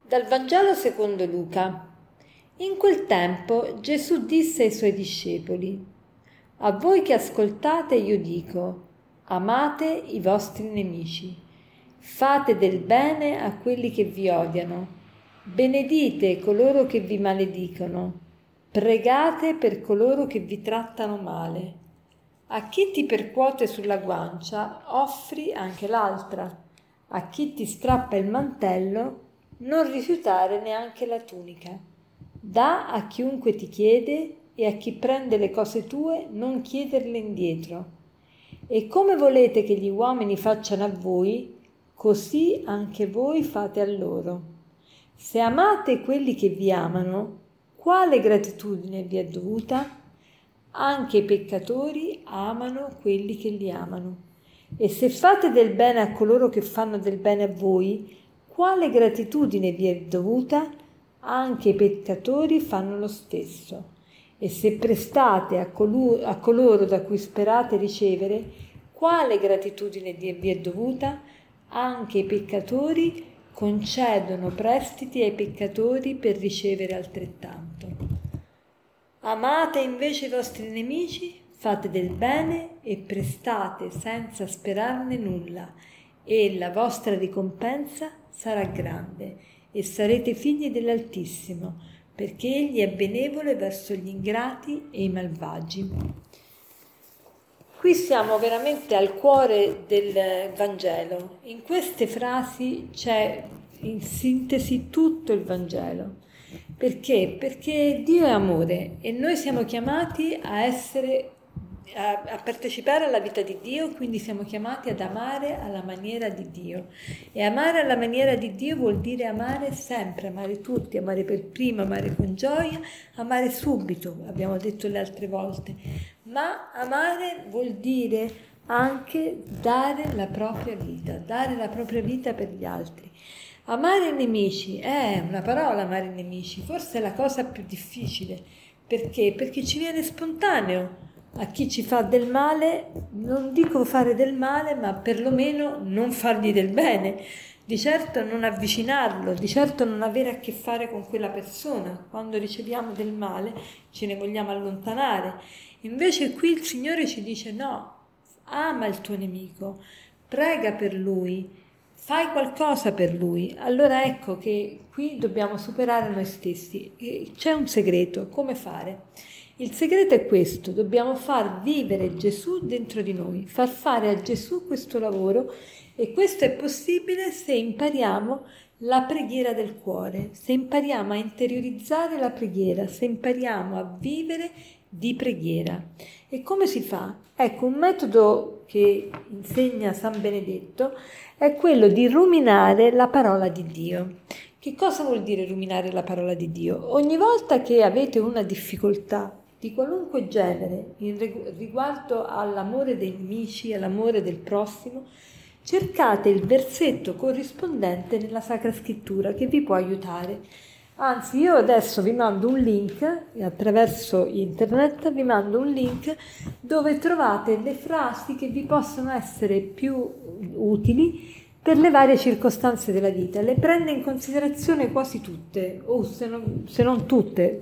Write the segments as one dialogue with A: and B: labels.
A: Dal Vangelo secondo Luca. In quel tempo Gesù disse ai suoi discepoli: A voi che ascoltate io dico, amate i vostri nemici, fate del bene a quelli che vi odiano, benedite coloro che vi maledicono, pregate per coloro che vi trattano male. A chi ti percuote sulla guancia offri anche l'altra, a chi ti strappa il mantello non rifiutare neanche la tunica. Dà a chiunque ti chiede e a chi prende le cose tue non chiederle indietro. E come volete che gli uomini facciano a voi, così anche voi fate a loro. Se amate quelli che vi amano, quale gratitudine vi è dovuta? Anche i peccatori amano quelli che li amano. E se fate del bene a coloro che fanno del bene a voi, quale gratitudine vi è dovuta? Anche i peccatori fanno lo stesso. E se prestate a coloro da cui sperate ricevere, quale gratitudine vi è dovuta? Anche i peccatori concedono prestiti ai peccatori per ricevere altrettanto. Amate invece i vostri nemici, fate del bene e prestate senza sperarne nulla, e la vostra ricompensa sarà grande e sarete figli dell'Altissimo, perché Egli è benevole verso gli ingrati e i malvagi. Qui siamo veramente al cuore del Vangelo. In queste frasi c'è in sintesi tutto il Vangelo. Perché? Perché Dio è amore e noi siamo chiamati a partecipare alla vita di Dio, quindi siamo chiamati ad amare alla maniera di Dio. E amare alla maniera di Dio vuol dire amare sempre, amare tutti, amare per primo, amare con gioia, amare subito, abbiamo detto le altre volte. Ma amare vuol dire anche dare la propria vita per gli altri. Amare i nemici è una parola, amare i nemici, forse è la cosa più difficile. Perché? Perché ci viene spontaneo. A chi ci fa del male, non dico fare del male, ma perlomeno non fargli del bene. Di certo non avvicinarlo, di certo non avere a che fare con quella persona. Quando riceviamo del male ce ne vogliamo allontanare. Invece qui il Signore ci dice no, ama il tuo nemico, prega per lui, fai qualcosa per lui. Allora ecco che qui dobbiamo superare noi stessi. E c'è un segreto, come fare? Il segreto è questo, dobbiamo far vivere Gesù dentro di noi, far fare a Gesù questo lavoro, e questo è possibile se impariamo la preghiera del cuore, se impariamo a interiorizzare la preghiera, se impariamo a vivere di preghiera. E come si fa? Ecco, un metodo che insegna San Benedetto è quello di ruminare la parola di Dio. Che cosa vuol dire ruminare la parola di Dio? Ogni volta che avete una difficoltà di qualunque genere riguardo all'amore dei nemici, all'amore del prossimo, cercate il versetto corrispondente nella Sacra Scrittura che vi può aiutare. Anzi, io adesso vi mando un link, attraverso internet vi mando un link dove trovate le frasi che vi possono essere più utili per le varie circostanze della vita. Le prende in considerazione quasi tutte, o se non tutte.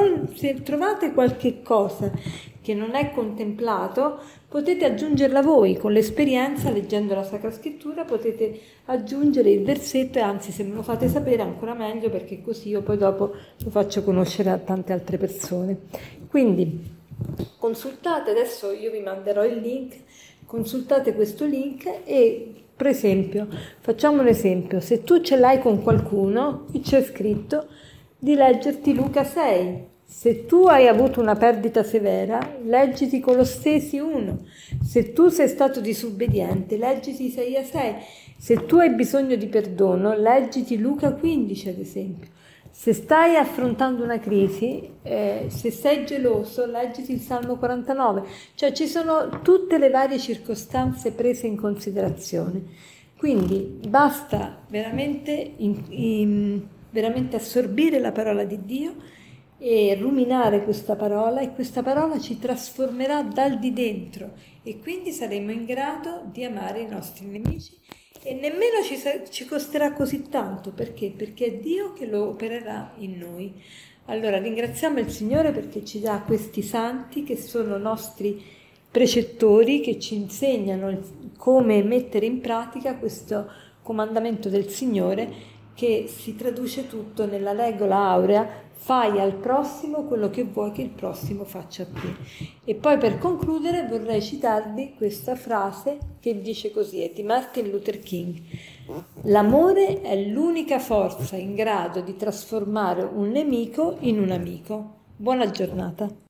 A: Se trovate qualche cosa che non è contemplato, potete aggiungerla voi. Con l'esperienza, leggendo la Sacra Scrittura, potete aggiungere il versetto, e anzi, se me lo fate sapere ancora meglio, perché così io poi dopo lo faccio conoscere a tante altre persone. Quindi consultate, adesso io vi manderò il link, consultate questo link e, per esempio, facciamo un esempio: se tu ce l'hai con qualcuno, qui c'è scritto di leggerti Luca 6. Se tu hai avuto una perdita severa, leggiti Colossesi 1. Se tu sei stato disobbediente, leggiti Isaia 6. Se tu hai bisogno di perdono, leggiti Luca 15, ad esempio. Se stai affrontando una crisi, se sei geloso, leggiti il Salmo 49. Cioè ci sono tutte le varie circostanze prese in considerazione. Quindi basta veramente, veramente assorbire la parola di Dio e ruminare questa parola, e questa parola ci trasformerà dal di dentro, e quindi saremo in grado di amare i nostri nemici e nemmeno ci costerà così tanto. Perché? Perché è Dio che lo opererà in noi. Allora ringraziamo il Signore perché ci dà questi santi che sono nostri precettori, che ci insegnano come mettere in pratica questo comandamento del Signore, che si traduce tutto nella regola aurea: fai al prossimo quello che vuoi che il prossimo faccia a te. E poi per concludere vorrei citarvi questa frase che dice così, è di Martin Luther King: l'amore è l'unica forza in grado di trasformare un nemico in un amico. Buona giornata.